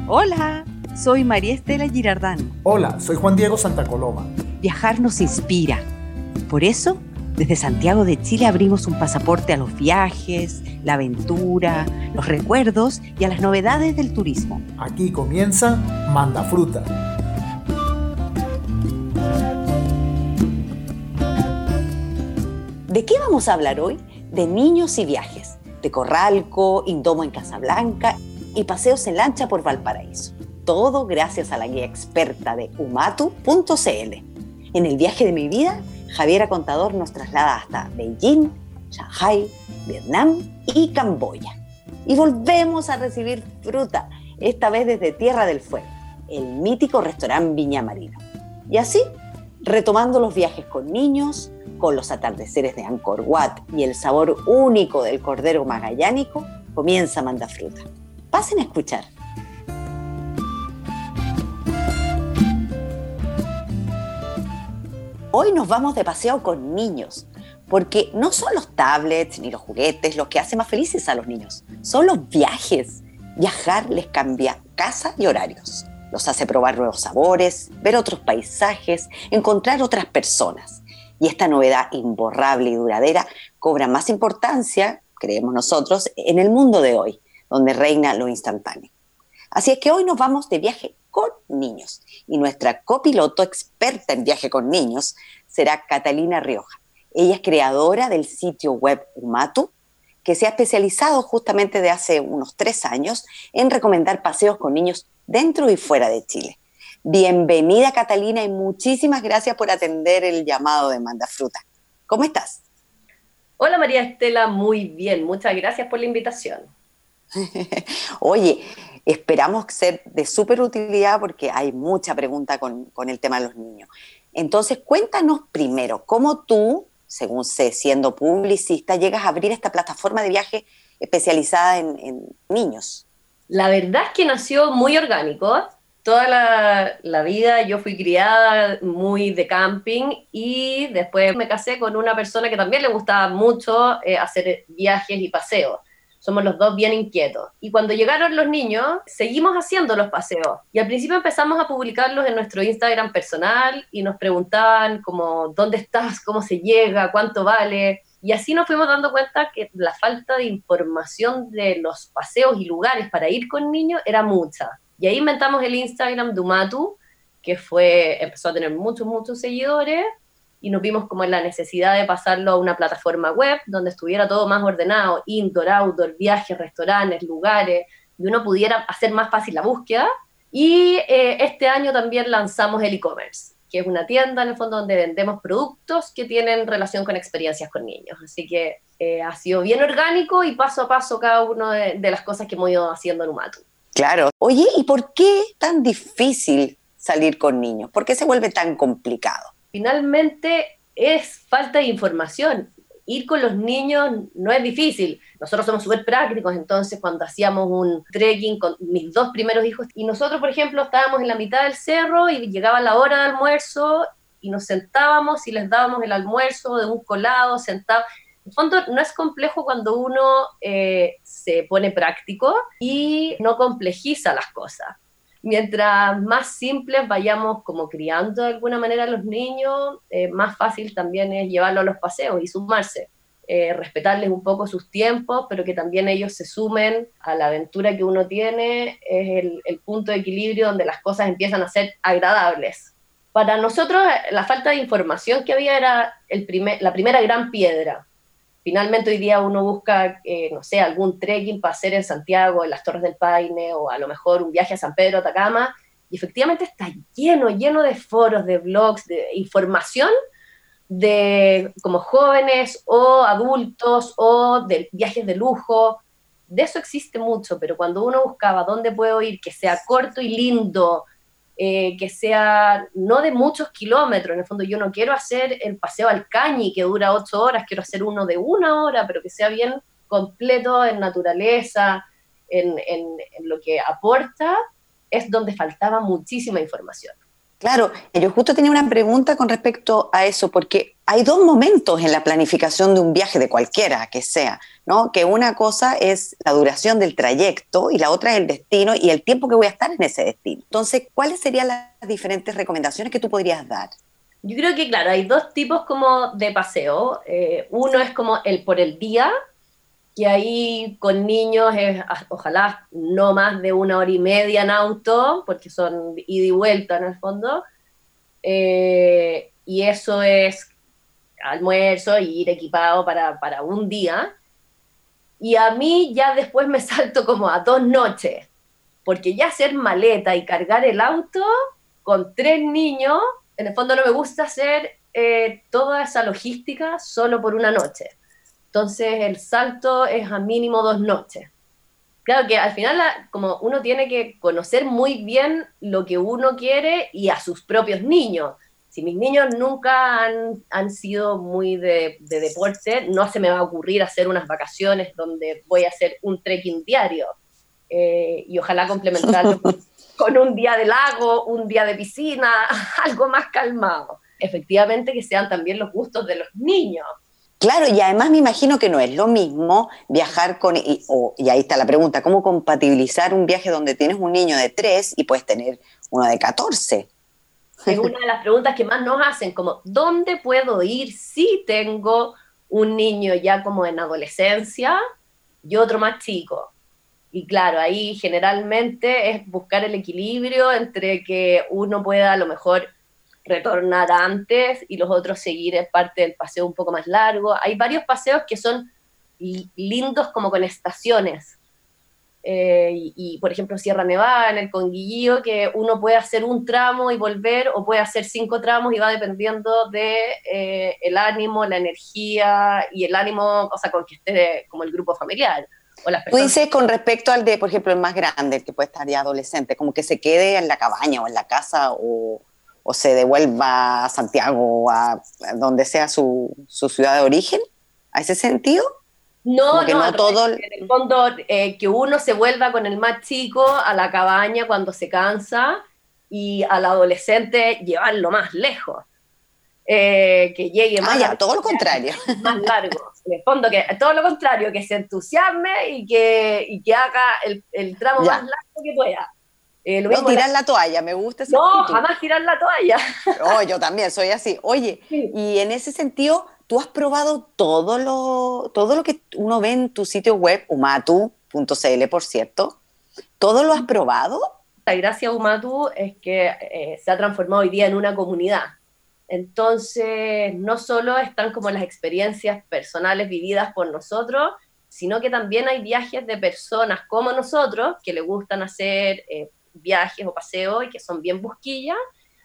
Hola, soy María Estela Girardán. Hola, soy Juan Diego Santa Coloma. Viajar nos inspira. Por eso, desde Santiago de Chile abrimos un pasaporte a los viajes, la aventura, los recuerdos y a las novedades del turismo. Aquí comienza Manda Fruta. ¿De qué vamos a hablar hoy? De niños y viajes, de Corralco, Indomo en Casablanca y paseos en lancha por Valparaíso. Todo gracias a la guía experta de umatu.cl. En el viaje de mi vida, Javiera Contador nos traslada hasta Beijing, Shanghái, Vietnam y Camboya. Y volvemos a recibir fruta, esta vez desde Tierra del Fuego, el mítico restaurante Viña Marino. Y así, retomando los viajes con niños, con los atardeceres de Angkor Wat y el sabor único del cordero magallánico, comienza Manda Fruta. Pasen a escuchar. Hoy nos vamos de paseo con niños, porque no son los tablets ni los juguetes los que hacen más felices a los niños, son los viajes. Viajar les cambia casa y horarios, los hace probar nuevos sabores, ver otros paisajes, encontrar otras personas. Y esta novedad imborrable y duradera cobra más importancia, creemos nosotros, en el mundo de hoy, donde reina lo instantáneo. Así es que hoy nos vamos de viaje con niños y nuestra copiloto experta en viaje con niños será Catalina Rioja. Ella es creadora del sitio web Umatu, que se ha especializado justamente de hace unos 3 años en recomendar paseos con niños dentro y fuera de Chile. Bienvenida, Catalina, y muchísimas gracias por atender el llamado de Manda Fruta. ¿Cómo estás? Hola, María Estela, muy bien. Muchas gracias por la invitación. Oye, esperamos ser de súper utilidad porque hay mucha pregunta con el tema de los niños. Entonces, cuéntanos primero, ¿cómo tú, según sé, siendo publicista, llegas a abrir esta plataforma de viaje especializada en niños? La verdad es que nació muy orgánico. Toda la vida yo fui criada muy de camping y después me casé con una persona que también le gustaba mucho hacer viajes y paseos. Somos los dos bien inquietos. Y cuando llegaron los niños, seguimos haciendo los paseos. Y al principio empezamos a publicarlos en nuestro Instagram personal y nos preguntaban como, ¿dónde estás? ¿Cómo se llega? ¿Cuánto vale? Y así nos fuimos dando cuenta que la falta de información de los paseos y lugares para ir con niños era mucha. Y ahí inventamos el Instagram de Umatu, que empezó a tener muchos seguidores, y nos vimos como en la necesidad de pasarlo a una plataforma web donde estuviera todo más ordenado, indoor, outdoor, viajes, restaurantes, lugares, y uno pudiera hacer más fácil la búsqueda. Y este año también lanzamos el e-commerce, que es una tienda en el fondo donde vendemos productos que tienen relación con experiencias con niños. Así que ha sido bien orgánico y paso a paso cada una de las cosas que hemos ido haciendo en Umatu. Claro. Oye, ¿y por qué es tan difícil salir con niños? ¿Por qué se vuelve tan complicado? Finalmente es falta de información. Ir con los niños no es difícil. Nosotros somos súper prácticos, entonces cuando hacíamos un trekking con mis 2 primeros hijos, y nosotros, por ejemplo, estábamos en la mitad del cerro y llegaba la hora de almuerzo y nos sentábamos y les dábamos el almuerzo de un colado, sentado. En el fondo no es complejo cuando uno se pone práctico y no complejiza las cosas. Mientras más simples vayamos como criando de alguna manera a los niños, más fácil también es llevarlos a los paseos y sumarse. Respetarles un poco sus tiempos, pero que también ellos se sumen a la aventura que uno tiene, es el punto de equilibrio donde las cosas empiezan a ser agradables. Para nosotros, la falta de información que había era la primera gran piedra. Finalmente hoy día uno busca, no sé, algún trekking para hacer en Santiago, en las Torres del Paine, o a lo mejor un viaje a San Pedro, Atacama, y efectivamente está lleno de foros, de blogs, de información de como jóvenes o adultos o de viajes de lujo. De eso existe mucho, pero cuando uno buscaba dónde puedo ir, que sea corto y lindo, que sea no de muchos kilómetros, en el fondo yo no quiero hacer el paseo al Cañi que dura 8 horas, quiero hacer uno de 1 hora, pero que sea bien completo en naturaleza, en lo que aporta, es donde faltaba muchísima información. Claro, yo justo tenía una pregunta con respecto a eso, porque hay dos momentos en la planificación de un viaje, de cualquiera que sea, ¿no? Que una cosa es la duración del trayecto y la otra es el destino y el tiempo que voy a estar en ese destino. Entonces, ¿cuáles serían las diferentes recomendaciones que tú podrías dar? Yo creo que, claro, hay dos tipos como de paseo. Uno es como el por el día, que ahí con niños es ojalá no más de 1 hora y media en auto, porque son ida y vuelta en el fondo, y eso es almuerzo y ir equipado para un día, y a mí ya después me salto como a 2 noches, porque ya hacer maleta y cargar el auto con 3 niños, en el fondo no me gusta hacer toda esa logística solo por una noche. Entonces el salto es a mínimo 2 noches. Claro que al final como uno tiene que conocer muy bien lo que uno quiere y a sus propios niños. Si mis niños nunca han sido muy de deporte, no se me va a ocurrir hacer unas vacaciones donde voy a hacer un trekking diario. Y ojalá complementarlo con un día de lago, un día de piscina, algo más calmado. Efectivamente que sean también los gustos de los niños. Claro, y además me imagino que no es lo mismo viajar con, y ahí está la pregunta, ¿cómo compatibilizar un viaje donde tienes un niño de 3 y puedes tener uno de 14? Es una de las preguntas que más nos hacen, como, ¿dónde puedo ir si tengo un niño ya como en adolescencia y otro más chico? Y claro, ahí generalmente es buscar el equilibrio entre que uno pueda a lo mejor retornar antes y los otros seguir en parte del paseo un poco más largo. Hay varios paseos que son lindos como con estaciones. Por ejemplo, Sierra Nevada, en el Conguillío, que uno puede hacer un tramo y volver, o puede hacer 5 tramos y va dependiendo de el ánimo, la energía y el ánimo, o sea, con que esté como el grupo familiar. O las personas. Tú dices con respecto al de, por ejemplo, el más grande, el que puede estar ya adolescente, como que se quede en la cabaña o en la casa o se devuelva a Santiago o a donde sea su ciudad de origen, ¿a ese sentido? No, no todo... en el fondo que uno se vuelva con el más chico a la cabaña cuando se cansa y al adolescente llevarlo más lejos, que llegue más, ya, todo lo contrario, más largo. En el fondo, que todo lo contrario, que se entusiasme y que haga el tramo más largo que pueda. No tirar la toalla, me gusta ese No, actitud. jamás tirar la toalla. Oh, yo también soy así. Oye, sí. Y en ese sentido, ¿tú has probado todo lo que uno ve en tu sitio web, umatu.cl, por cierto? ¿Todo lo has probado? La gracia de Umatu es que se ha transformado hoy día en una comunidad. Entonces, no solo están como las experiencias personales vividas por nosotros, sino que también hay viajes de personas como nosotros que le gustan hacer viajes o paseos y que son bien busquillas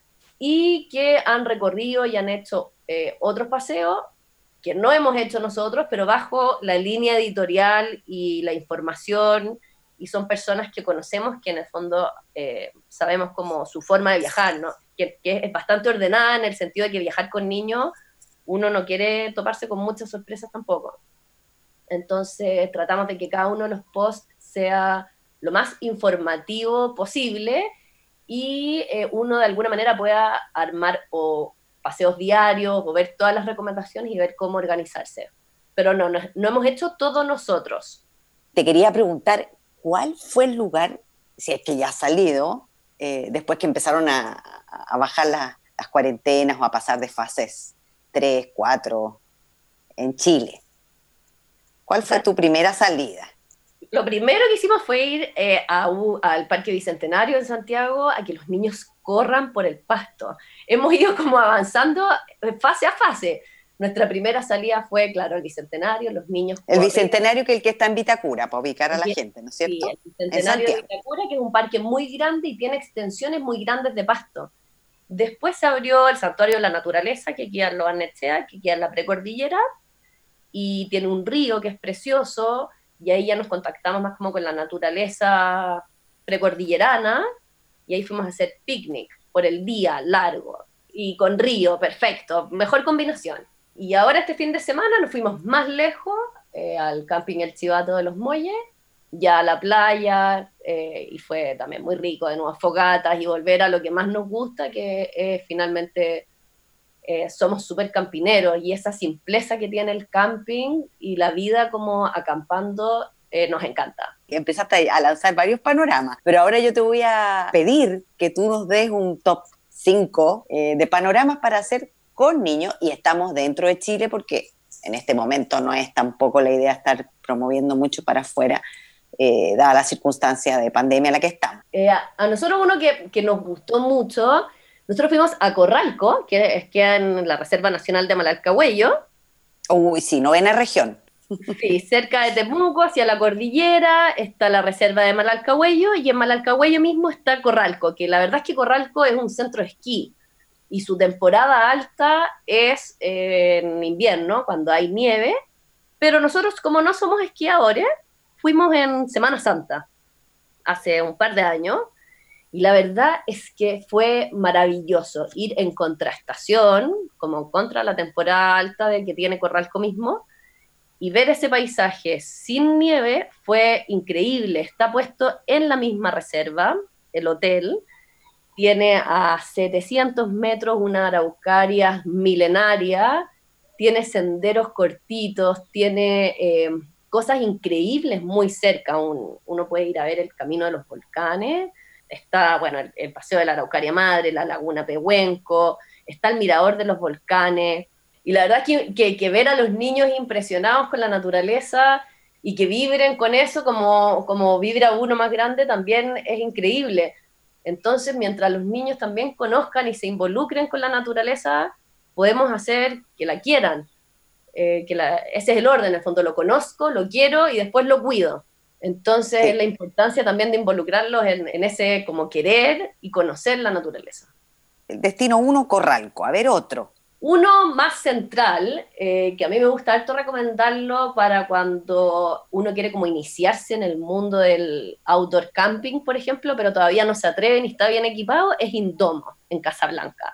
y que han recorrido y han hecho otros paseos que no hemos hecho nosotros, pero bajo la línea editorial y la información, y son personas que conocemos que en el fondo sabemos como su forma de viajar, ¿no? Que es bastante ordenada en el sentido de que viajar con niños uno no quiere toparse con muchas sorpresas tampoco. Entonces tratamos de que cada uno de los posts sea lo más informativo posible y uno de alguna manera pueda armar o paseos diarios o ver todas las recomendaciones y ver cómo organizarse. Pero no hemos hecho todo nosotros. Te quería preguntar, ¿cuál fue el lugar, si es que ya ha salido, después que empezaron a bajar las cuarentenas o a pasar de fases 3, 4 en Chile? ¿Cuál fue tu primera salida? Lo primero que hicimos fue ir al Parque Bicentenario en Santiago a que los niños corran por el pasto. Hemos ido como avanzando fase a fase. Nuestra primera salida fue, claro, el Bicentenario, los niños corren. El Bicentenario, que es el que está en Vitacura, para ubicar a la gente, ¿no es cierto? Sí, el Bicentenario de Vitacura, que es un parque muy grande y tiene extensiones muy grandes de pasto. Después se abrió el Santuario de la Naturaleza, que queda en Lo Barnechea, que queda en la precordillera, y tiene un río que es precioso, y ahí ya nos contactamos más como con la naturaleza precordillerana, y ahí fuimos a hacer picnic por el día largo, y con río, perfecto, mejor combinación. Y ahora este fin de semana nos fuimos más lejos, al camping El Chivato de los Muelles, ya a la playa, y fue también muy rico, de nuevas fogatas y volver a lo que más nos gusta, que finalmente somos súper campineros, y esa simpleza que tiene el camping y la vida como acampando nos encanta. Empezaste a lanzar varios panoramas, pero ahora yo te voy a pedir que tú nos des un top 5 de panoramas para hacer con niños, y estamos dentro de Chile porque en este momento no es tampoco la idea estar promoviendo mucho para afuera, dada la circunstancia de pandemia en la que estamos. A nosotros uno que nos gustó mucho, nosotros fuimos a Corralco, que queda en la Reserva Nacional de Malalcahuello. Uy, sí, novena región. Sí, cerca de Temuco, hacia la cordillera, está la Reserva de Malalcahuello, y en Malalcahuello mismo está Corralco, que la verdad es que Corralco es un centro de esquí, y su temporada alta es en invierno, cuando hay nieve, pero nosotros, como no somos esquiadores, fuimos en Semana Santa, hace un par de años, y la verdad es que fue maravilloso ir en contraestación, como contra la temporada alta de que tiene Corralco mismo, y ver ese paisaje sin nieve fue increíble. Está puesto en la misma reserva, el hotel, tiene a 700 metros una araucaria milenaria, tiene senderos cortitos, tiene cosas increíbles muy cerca. Uno puede ir a ver el Camino de los Volcanes, está, bueno, el Paseo de la Araucaria Madre, la Laguna Pehuenco, está el Mirador de los Volcanes, y la verdad que ver a los niños impresionados con la naturaleza y que vibren con eso como vibra uno más grande también es increíble. Entonces, mientras los niños también conozcan y se involucren con la naturaleza, podemos hacer que la quieran. Ese es el orden, en el fondo, lo conozco, lo quiero y después lo cuido. Entonces, Sí. la importancia también de involucrarlos en ese como querer y conocer la naturaleza. El destino 1, Corralco. A ver, otro. Uno más central, que a mí me gusta harto recomendarlo para cuando uno quiere como iniciarse en el mundo del outdoor camping, por ejemplo, pero todavía no se atreve ni está bien equipado, es Indomo, en Casablanca.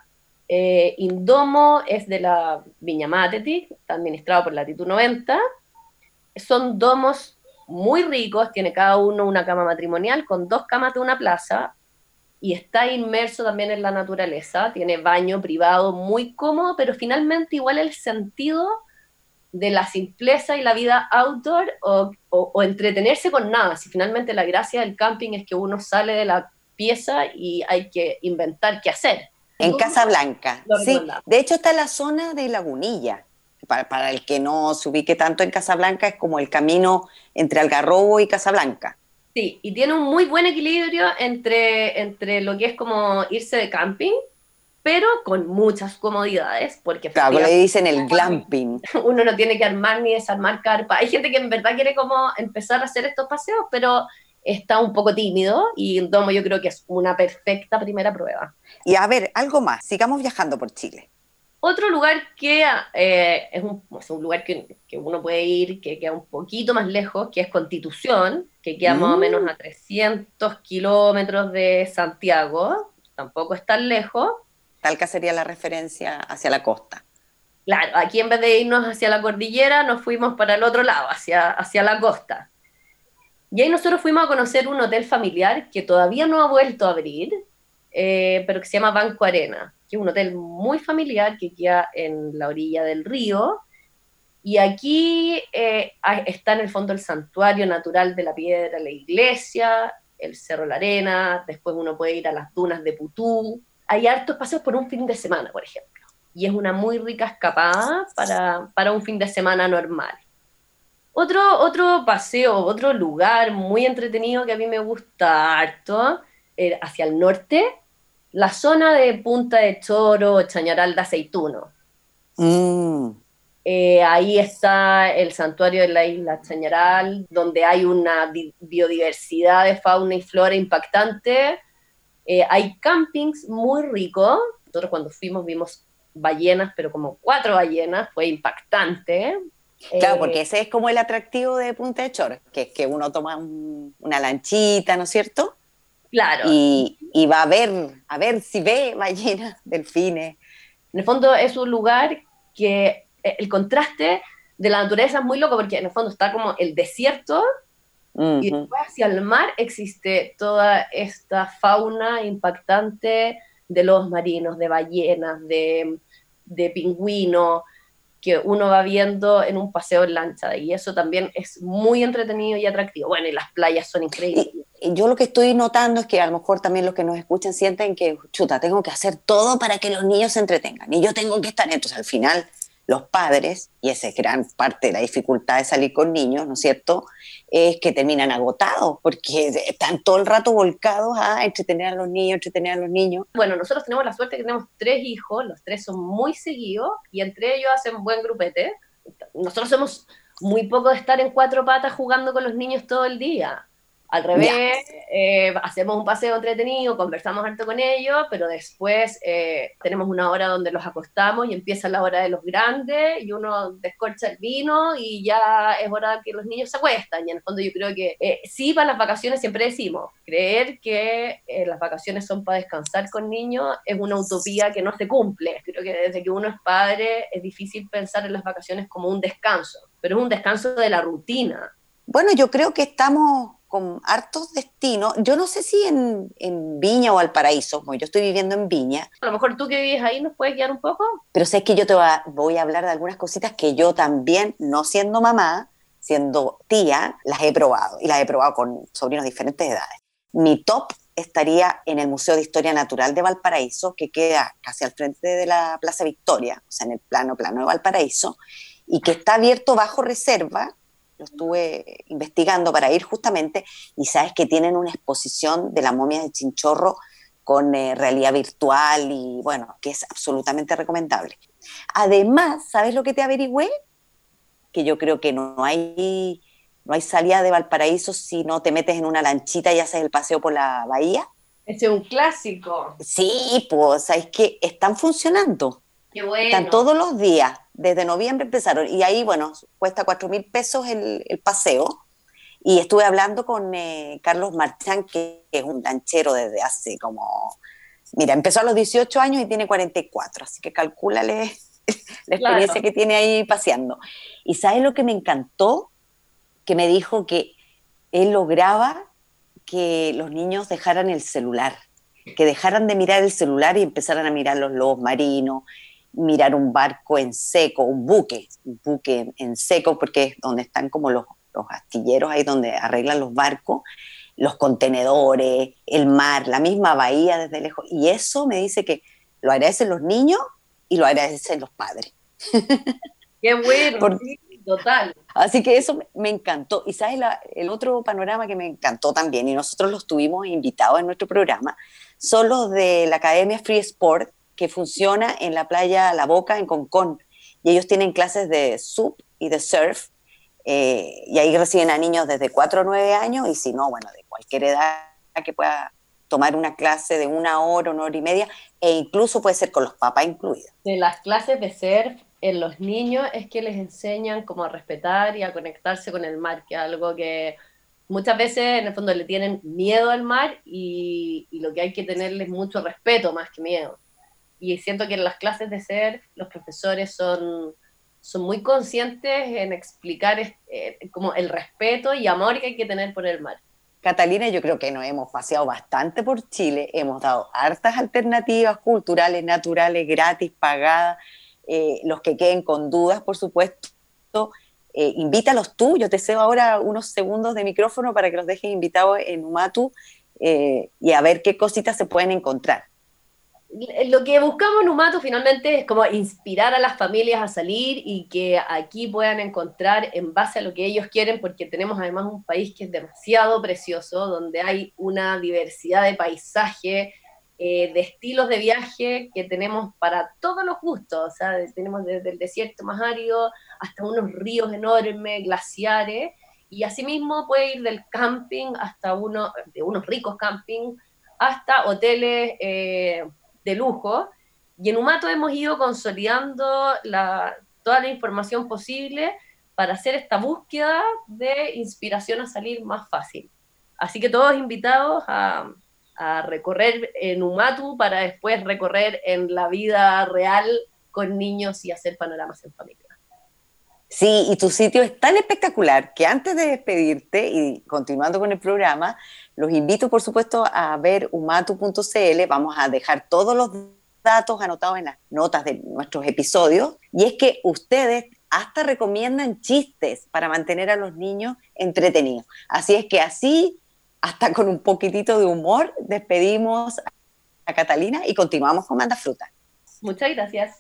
Indomo es de la Viña Mateti, está administrado por Latitud 90. Son domos muy ricos, tiene cada uno una cama matrimonial con 2 camas de una plaza, y está inmerso también en la naturaleza, tiene baño privado muy cómodo, pero finalmente igual el sentido de la simpleza y la vida outdoor, o entretenerse con nada, si finalmente la gracia del camping es que uno sale de la pieza y hay que inventar qué hacer. En Casablanca, sí. De hecho está en la zona de Lagunilla. Para el que no se ubique tanto en Casablanca, es como el camino entre Algarrobo y Casablanca. Sí, y tiene un muy buen equilibrio entre lo que es como irse de camping, pero con muchas comodidades, porque claro, le dicen el glamping. Uno no tiene que armar ni desarmar carpa. Hay gente que en verdad quiere como empezar a hacer estos paseos, pero está un poco tímido, y Indomo yo creo que es una perfecta primera prueba. Y a ver, algo más, sigamos viajando por Chile. Otro lugar que es un lugar que uno puede ir, que queda un poquito más lejos, que es Constitución, que queda más o menos a 300 kilómetros de Santiago, tampoco es tan lejos. Talca sería la referencia hacia la costa. Claro, aquí en vez de irnos hacia la cordillera, nos fuimos para el otro lado, hacia la costa. Y ahí nosotros fuimos a conocer un hotel familiar que todavía no ha vuelto a abrir, pero que se llama Banco Arena, que es un hotel muy familiar que queda en la orilla del río, y aquí está en el fondo el santuario natural de la Piedra, la iglesia, el Cerro La Arena, después uno puede ir a las dunas de Putú. Hay hartos paseos por un fin de semana, por ejemplo, y es una muy rica escapada para un fin de semana normal. Otro paseo, otro lugar muy entretenido que a mí me gusta harto, hacia el norte, la zona de Punta de Choro, Chañaral de Aceituno. Ahí está el santuario de la isla Chañaral, donde hay una biodiversidad de fauna y flora impactante. Hay campings muy ricos. Nosotros cuando fuimos vimos ballenas, pero como 4 ballenas, fue impactante. Claro, porque ese es como el atractivo de Punta de Choro, que es que uno toma una lanchita, ¿no es cierto? Claro. Y va a ver si ve ballenas, delfines. En el fondo es un lugar que el contraste de la naturaleza es muy loco, porque en el fondo está como el desierto Y después hacia el mar existe toda esta fauna impactante de lobos marinos, de ballenas, de pingüinos, que uno va viendo en un paseo en lancha, y eso también es muy entretenido y atractivo. Bueno, y las playas son increíbles. Y yo lo que estoy notando es que a lo mejor también los que nos escuchan sienten que, chuta, tengo que hacer todo para que los niños se entretengan, y yo tengo que estar, entonces al final los padres, y esa es gran parte de la dificultad de salir con niños, ¿no es cierto?, es que terminan agotados, porque están todo el rato volcados a entretener a los niños. Bueno, nosotros tenemos la suerte que tenemos 3 hijos, los 3 son muy seguidos, y entre ellos hacen buen grupete. Nosotros somos muy poco de estar en 4 patas jugando con los niños todo el día. Al revés, hacemos un paseo entretenido, conversamos harto con ellos, pero después tenemos una hora donde los acostamos y empieza la hora de los grandes, y uno descorcha el vino y ya es hora que los niños se acuestan. Y en el fondo yo creo que sí, para las vacaciones siempre decimos, creer que las vacaciones son para descansar con niños es una utopía que no se cumple. Creo que desde que uno es padre es difícil pensar en las vacaciones como un descanso, pero es un descanso de la rutina. Bueno, yo creo que estamos con hartos destinos. Yo no sé si en Viña o Valparaíso, como yo estoy viviendo en Viña. A lo mejor tú que vives ahí nos puedes guiar un poco. Pero sé que yo voy a hablar de algunas cositas que yo también, no siendo mamá, siendo tía, las he probado. Y las he probado con sobrinos de diferentes edades. Mi top estaría en el Museo de Historia Natural de Valparaíso, que queda casi al frente de la Plaza Victoria, o sea, en el plano de Valparaíso, y que está abierto bajo reserva. Lo estuve investigando para ir justamente, y sabes que tienen una exposición de la momia de Chinchorro con realidad virtual, y bueno, que es absolutamente recomendable. Además, ¿sabes lo que te averigüé? Que yo creo que no hay salida de Valparaíso si no te metes en una lanchita y haces el paseo por la bahía. Ese es un clásico. Sí, pues, ¿sabes qué? Están funcionando. Qué bueno. Están todos los días. Desde noviembre empezaron, y ahí, bueno, cuesta 4.000 pesos el paseo. Y estuve hablando con Carlos Marchán, que es un lanchero desde hace como... Mira, empezó a los 18 años y tiene 44, así que calcúlale la experiencia que tiene ahí paseando. ¿Y sabes lo que me encantó? Que me dijo que él lograba que los niños dejaran el celular, que dejaran de mirar el celular y empezaran a mirar los lobos marinos, mirar un barco en seco, un buque en seco, porque es donde están como los astilleros, ahí donde arreglan los barcos, los contenedores, el mar, la misma bahía desde lejos. Y eso me dice que lo agradecen los niños y lo agradecen los padres. Qué bueno, sí, total. Así que eso me encantó. Y sabes, el otro panorama que me encantó también, y nosotros los tuvimos invitados en nuestro programa, son los de la Academia Free Sport, que funciona en la playa La Boca, en Concón, y ellos tienen clases de SUP y de surf, y ahí reciben a niños desde 4 a 9 años, y si no, bueno, de cualquier edad que pueda tomar una clase de 1 hora, 1 hora y media, e incluso puede ser con los papás incluidos. De las clases de surf en los niños es que les enseñan cómo a respetar y a conectarse con el mar, que es algo que muchas veces en el fondo le tienen miedo al mar, y lo que hay que tenerles mucho respeto más que miedo. Y siento que en las clases de surf los profesores son muy conscientes en explicar como el respeto y amor que hay que tener por el mar. Catalina, yo creo que nos hemos paseado bastante por Chile, hemos dado hartas alternativas culturales, naturales, gratis, pagadas, los que queden con dudas, por supuesto, invítalos tú, yo te cedo ahora unos segundos de micrófono para que los dejes invitados en Numatu, y a ver qué cositas se pueden encontrar. Lo que buscamos en Numatu finalmente es como inspirar a las familias a salir, y que aquí puedan encontrar en base a lo que ellos quieren, porque tenemos además un país que es demasiado precioso, donde hay una diversidad de paisaje, de estilos de viaje que tenemos para todos los gustos. O sea, tenemos desde el desierto más árido hasta unos ríos enormes, glaciares, y asimismo puede ir del camping hasta de unos ricos camping hasta hoteles de lujo. Y en Numatu hemos ido consolidando toda la información posible para hacer esta búsqueda de inspiración a salir más fácil. Así que todos invitados a recorrer en Numatu para después recorrer en la vida real con niños y hacer panoramas en familia. Sí, y tu sitio es tan espectacular que antes de despedirte y continuando con el programa, los invito, por supuesto, a ver umatu.cl. Vamos a dejar todos los datos anotados en las notas de nuestros episodios. Y es que ustedes hasta recomiendan chistes para mantener a los niños entretenidos. Así es que así, hasta con un poquitito de humor, despedimos a Catalina y continuamos con Manda Fruta. Muchas gracias.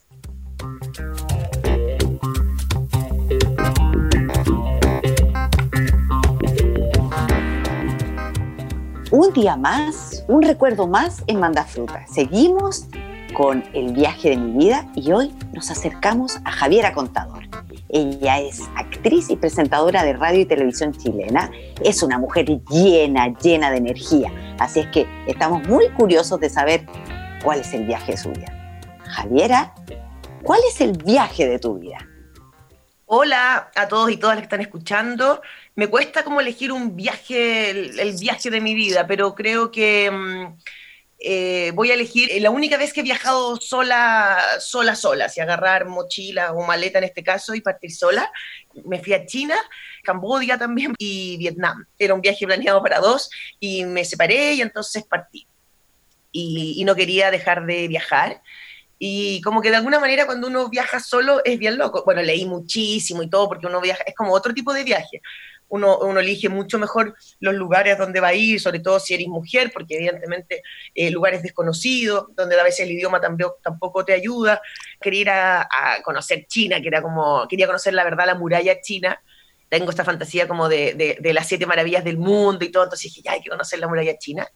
Un día más, un recuerdo más en Manda Fruta. Seguimos con el viaje de mi vida y hoy nos acercamos a Javiera Contador. Ella es actriz y presentadora de radio y televisión chilena. Es una mujer llena de energía. Así es que estamos muy curiosos de saber cuál es el viaje de su vida. Javiera, ¿cuál es el viaje de tu vida? Hola a todos y todas las que están escuchando. Me cuesta como elegir un viaje, el viaje de mi vida, pero creo que voy a elegir la única vez que he viajado sola, si agarrar mochila o maleta en este caso y partir sola. Me fui a China, Camboya también y Vietnam. Era un viaje planeado para 2 y me separé y entonces partí. Y no quería dejar de viajar. Y como que de alguna manera cuando uno viaja solo es bien loco. Bueno, leí muchísimo y todo porque uno viaja, es como otro tipo de viaje. Uno elige mucho mejor los lugares donde va a ir, sobre todo si eres mujer, porque evidentemente lugares desconocidos, donde a veces el idioma tampoco te ayuda. Quería ir a conocer China, que era como, quería conocer la verdad la muralla china. Tengo esta fantasía como de las 7 maravillas del mundo y todo, entonces dije, ya hay que conocer la muralla china.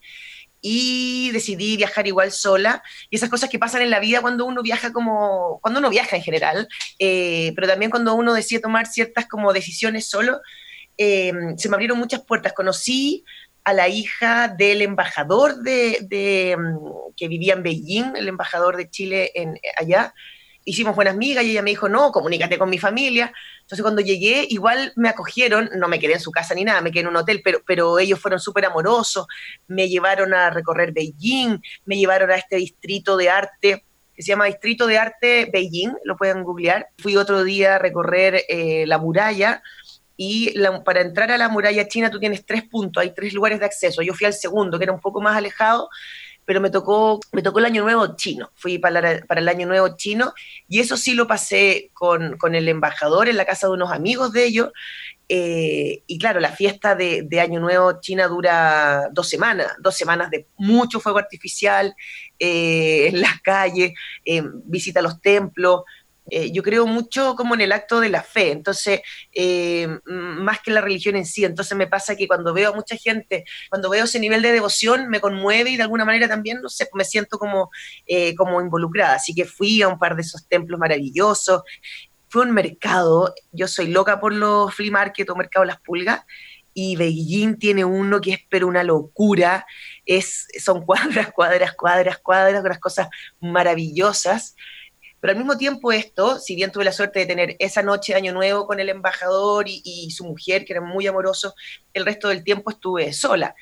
Y decidí viajar igual sola, y esas cosas que pasan en la vida cuando uno viaja cuando uno viaja en general, pero también cuando uno decide tomar ciertas como decisiones solo, se me abrieron muchas puertas. Conocí a la hija del embajador que vivía en Beijing, el embajador de Chile allá. Hicimos buenas amigas y ella me dijo, no, comunícate con mi familia. Entonces cuando llegué, igual me acogieron, no me quedé en su casa ni nada, me quedé en un hotel, pero ellos fueron súper amorosos, me llevaron a recorrer Beijing, me llevaron a este distrito de arte, que se llama Distrito de Arte Beijing, lo pueden googlear. Fui otro día a recorrer la muralla, y para entrar a la muralla china tú tienes 3 puntos, hay 3 lugares de acceso. Yo fui al segundo, que era un poco más alejado, pero me tocó el Año Nuevo chino. Fui para el Año Nuevo chino, y eso sí lo pasé con el embajador en la casa de unos amigos de ellos. Y claro, la fiesta de Año Nuevo China dura 2 semanas de mucho fuego artificial en las calles, visita a los templos. Yo creo mucho como en el acto de la fe, entonces, más que la religión en sí. Entonces me pasa que cuando veo a mucha gente, cuando veo ese nivel de devoción, me conmueve y de alguna manera también, no sé, me siento como involucrada. Así que fui a un par de esos templos maravillosos. Fue un mercado, yo soy loca por los flea market o mercado Las Pulgas, y Beijing tiene uno que es pero una locura. Son cuadras, unas cosas maravillosas. Pero al mismo tiempo esto, si bien tuve la suerte de tener esa noche de Año Nuevo con el embajador y su mujer, que eran muy amorosos, el resto del tiempo estuve sola.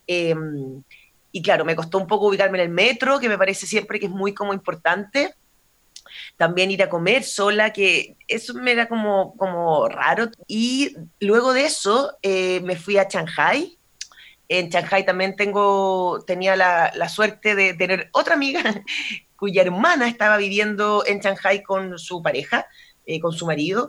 Y claro, me costó un poco ubicarme en el metro, que me parece siempre que es muy como importante. También ir a comer sola, que eso me era como raro. Y luego de eso me fui a Shanghái. En Shanghái también tenía la suerte de tener otra amiga cuya hermana estaba viviendo en Shanghái con su pareja, con su marido,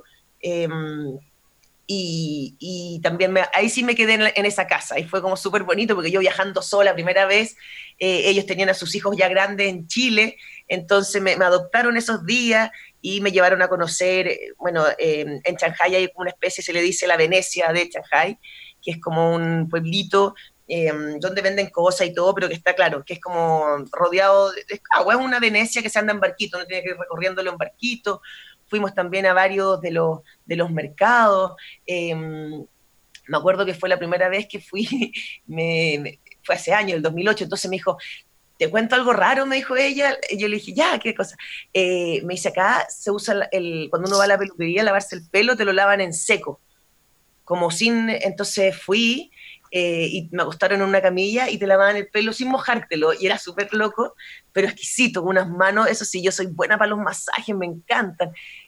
y también ahí sí me quedé en esa casa, y fue como súper bonito, porque yo viajando sola, primera vez, ellos tenían a sus hijos ya grandes en Chile, entonces me adoptaron esos días, y me llevaron a conocer, bueno, en Shanghái hay una especie, se le dice la Venecia de Shanghái, que es como un pueblito donde venden cosas y todo, pero que está claro, que es como rodeado, es una Venecia que se anda en barquito, uno tiene que ir recorriéndolo en barquito. Fuimos también a varios de los mercados. Me acuerdo que fue la primera vez que fui, fue hace años, el 2008, entonces me dijo, ¿te cuento algo raro?, me dijo ella. Y yo le dije, ya, ¿qué cosa? Me dice, acá se usa, cuando uno va a la peluquería a lavarse el pelo, te lo lavan en seco, como sin, entonces fui, y me acostaron en una camilla y te lavaban el pelo sin mojártelo, y era súper loco, pero exquisito, con unas manos, eso sí, yo soy buena para los masajes, me encantan,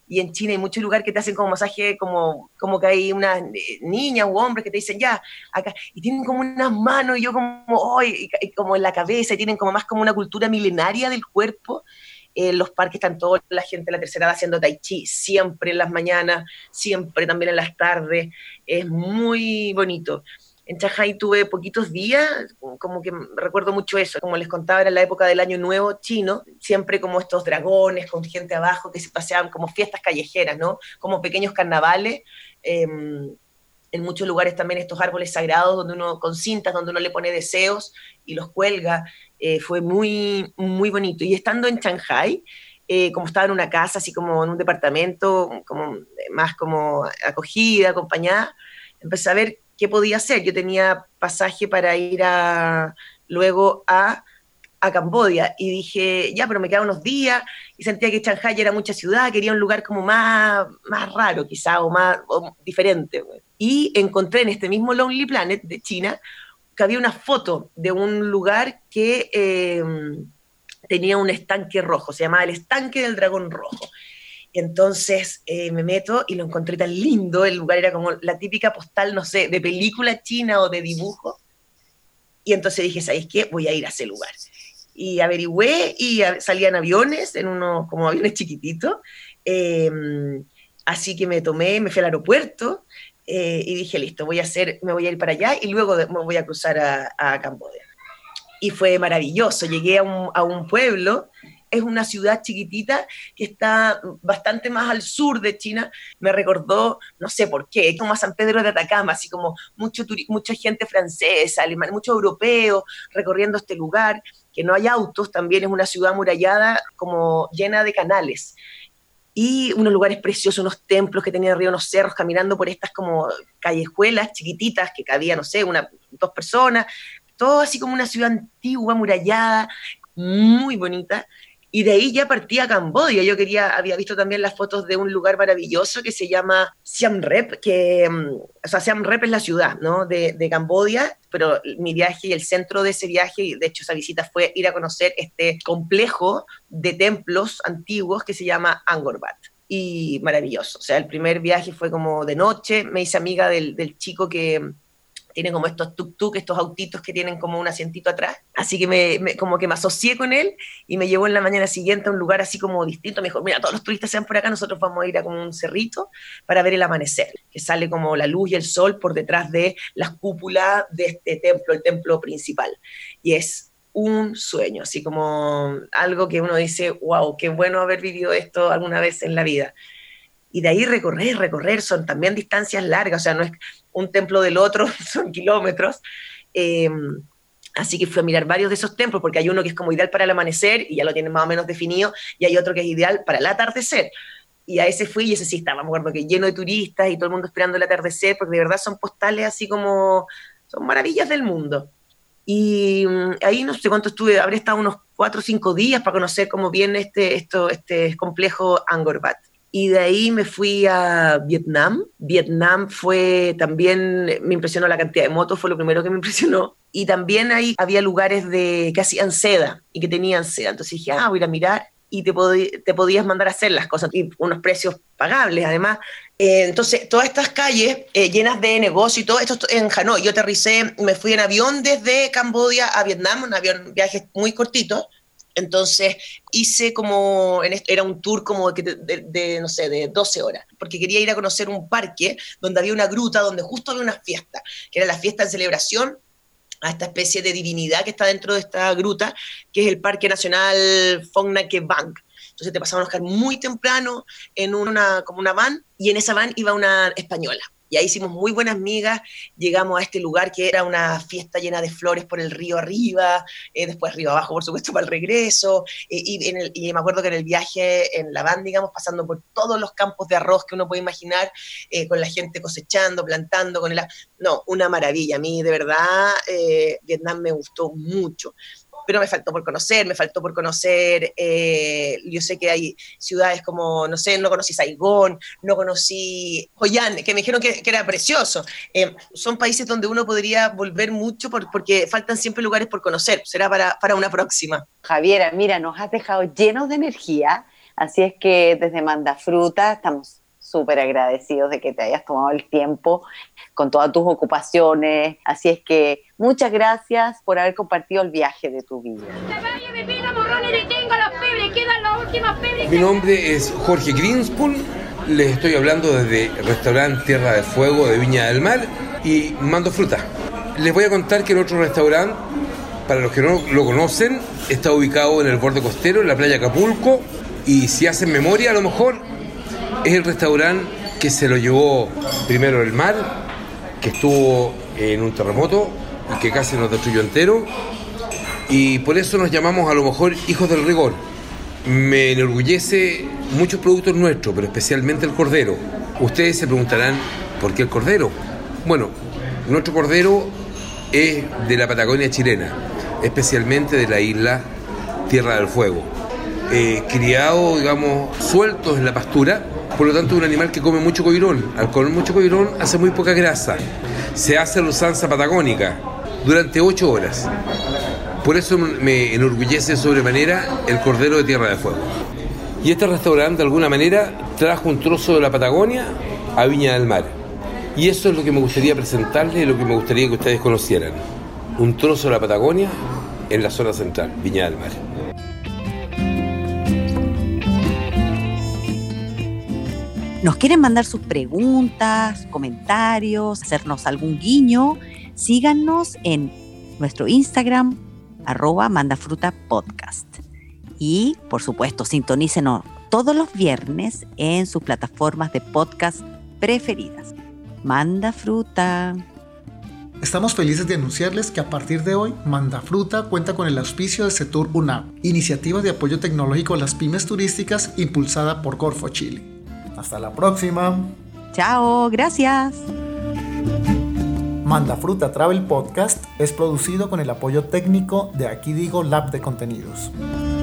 y en China hay muchos lugares que te hacen como masaje, como que hay unas niñas u hombres que te dicen, ya, acá, y tienen como unas manos, y yo como, oh, y como en la cabeza, y tienen como más como una cultura milenaria del cuerpo. Los parques están toda la gente de la tercera edad haciendo tai chi, siempre en las mañanas, siempre también en las tardes, es muy bonito. En Shanghái tuve poquitos días, como que recuerdo mucho eso, como les contaba, era la época del Año Nuevo chino, siempre como estos dragones con gente abajo que se paseaban como fiestas callejeras, ¿no? Como pequeños carnavales. En muchos lugares también estos árboles sagrados donde uno, con cintas, donde uno le pone deseos y los cuelga. Fue muy, muy bonito. Y estando en Shanghái, como estaba en una casa, así como en un departamento, como, más como acogida, acompañada, empecé a ver qué podía hacer. Yo tenía pasaje para ir luego a Camboya, y dije, ya, pero me quedan unos días, y sentía que Shanghái era mucha ciudad, quería un lugar como más raro quizá, o diferente. Y encontré en este mismo Lonely Planet de China, que había una foto de un lugar que tenía un estanque rojo, se llamaba el estanque del dragón rojo. Y entonces me meto y lo encontré tan lindo, el lugar era como la típica postal, no sé, de película china o de dibujo, y entonces dije, ¿sabéis qué? Voy a ir a ese lugar. Y averigüé, y salían aviones, en unos como aviones chiquititos, así que me fui al aeropuerto, y dije, listo, me voy a ir para allá, y luego me voy a cruzar a Camboya. Y fue maravilloso, llegué a un pueblo, es una ciudad chiquitita que está bastante más al sur de China, me recordó, no sé por qué, como a San Pedro de Atacama, así como mucha gente francesa, alemana, muchos europeos recorriendo este lugar, que no hay autos, también es una ciudad amurallada como llena de canales, y unos lugares preciosos, unos templos que tenían arriba, unos cerros, caminando por estas como callejuelas chiquititas que cabía, no sé, 2 personas, todo así como una ciudad antigua, amurallada, muy bonita. Y de ahí ya partí a Camboya. Yo había visto también las fotos de un lugar maravilloso que se llama Siem Reap, o sea, Siem Reap es la ciudad, ¿no? de Camboya, pero mi viaje y el centro de ese viaje, y de hecho esa visita, fue ir a conocer este complejo de templos antiguos que se llama Angkor Wat. Y maravilloso. O sea, el primer viaje fue como de noche, me hice amiga del chico que tiene como estos tuk-tuk, estos autitos que tienen como un asientito atrás, así que como que me asocié con él, y me llevó en la mañana siguiente a un lugar así como distinto. Me dijo, mira, todos los turistas se van por acá, nosotros vamos a ir a como un cerrito para ver el amanecer, que sale como la luz y el sol por detrás de las cúpulas de este templo, el templo principal, y es un sueño, así como algo que uno dice, wow, qué bueno haber vivido esto alguna vez en la vida. Y de ahí recorrer, son también distancias largas, o sea, no es un templo del otro, son kilómetros. Así que fui a mirar varios de esos templos, porque hay uno que es como ideal para el amanecer, y ya lo tienen más o menos definido, y hay otro que es ideal para el atardecer. Y a ese fui, y ese sí estaba, me acuerdo que lleno de turistas, y todo el mundo esperando el atardecer, porque de verdad son postales así como, son maravillas del mundo. Y ahí no sé cuánto estuve, habré estado unos 4 o 5 días para conocer cómo viene este complejo Angkor Wat. Y de ahí me fui a Vietnam. Vietnam también me impresionó la cantidad de motos, fue lo primero que me impresionó. Y también ahí había lugares que hacían seda y que tenían seda. Entonces dije, voy a ir a mirar, y te podías mandar a hacer las cosas, y unos precios pagables además. Entonces, todas estas calles llenas de negocio y todo esto en Hanoi. Yo aterricé, me fui en avión desde Camboya a Vietnam, un viaje muy cortito. Entonces hice era un tour como no sé, de 12 horas, porque quería ir a conocer un parque donde había una gruta, donde justo había una fiesta, que era la fiesta en celebración a esta especie de divinidad que está dentro de esta gruta, que es el Parque Nacional Phong Nha-Ke Bang. Entonces te pasaban a buscar muy temprano en como una van, y en esa van iba una española. Y ahí hicimos muy buenas migas, llegamos a este lugar que era una fiesta llena de flores por el río arriba, después río abajo, por supuesto, para el regreso, y me acuerdo que en el viaje, en la van, digamos, pasando por todos los campos de arroz que uno puede imaginar, con la gente cosechando, plantando, no, una maravilla. A mí, de verdad, Vietnam me gustó mucho. Pero me faltó por conocer, yo sé que hay ciudades como, no sé, no conocí Saigón, no conocí Hoi An, que me dijeron que era precioso. Son países donde uno podría volver mucho porque faltan siempre lugares por conocer. Será para una próxima. Javiera, mira, nos has dejado llenos de energía. Así es que desde Mandafruta estamos súper agradecidos de que te hayas tomado el tiempo con todas tus ocupaciones. Así es que muchas gracias por haber compartido el viaje de tu vida. Mi nombre es Jorge Greenspoon. Les estoy hablando desde el restaurante Tierra del Fuego de Viña del Mar y Mandafruta. Les voy a contar que el otro restaurante, para los que no lo conocen, está ubicado en el borde costero, en la playa Acapulco, y si hacen memoria, a lo mejor es el restaurante que se lo llevó primero el mar, que estuvo en un terremoto y que casi nos destruyó entero, y por eso nos llamamos a lo mejor hijos del rigor. Me enorgullece muchos productos nuestros, pero especialmente el cordero. Ustedes se preguntarán, ¿por qué el cordero? Bueno, nuestro cordero es de la Patagonia chilena, especialmente de la isla Tierra del Fuego. Criado, digamos, sueltos en la pastura, por lo tanto es un animal que come mucho coirón. Al comer mucho coirón hace muy poca grasa. Se hace la usanza patagónica durante 8 horas. Por eso me enorgullece sobremanera el cordero de Tierra del Fuego. Y este restaurante de alguna manera trajo un trozo de la Patagonia a Viña del Mar. Y eso es lo que me gustaría presentarles y lo que me gustaría que ustedes conocieran. Un trozo de la Patagonia en la zona central, Viña del Mar. ¿Nos quieren mandar sus preguntas, comentarios, hacernos algún guiño? Síganos en nuestro Instagram, @mandafrutapodcast. Y, por supuesto, sintonícenos todos los viernes en sus plataformas de podcast preferidas. Mandafruta. Estamos felices de anunciarles que a partir de hoy, Mandafruta cuenta con el auspicio de CETUR UNAM, iniciativa de apoyo tecnológico a las pymes turísticas impulsada por Corfo Chile. Hasta la próxima. Chao, gracias. Mandafruta Travel Podcast es producido con el apoyo técnico de Aquí Digo Lab de Contenidos.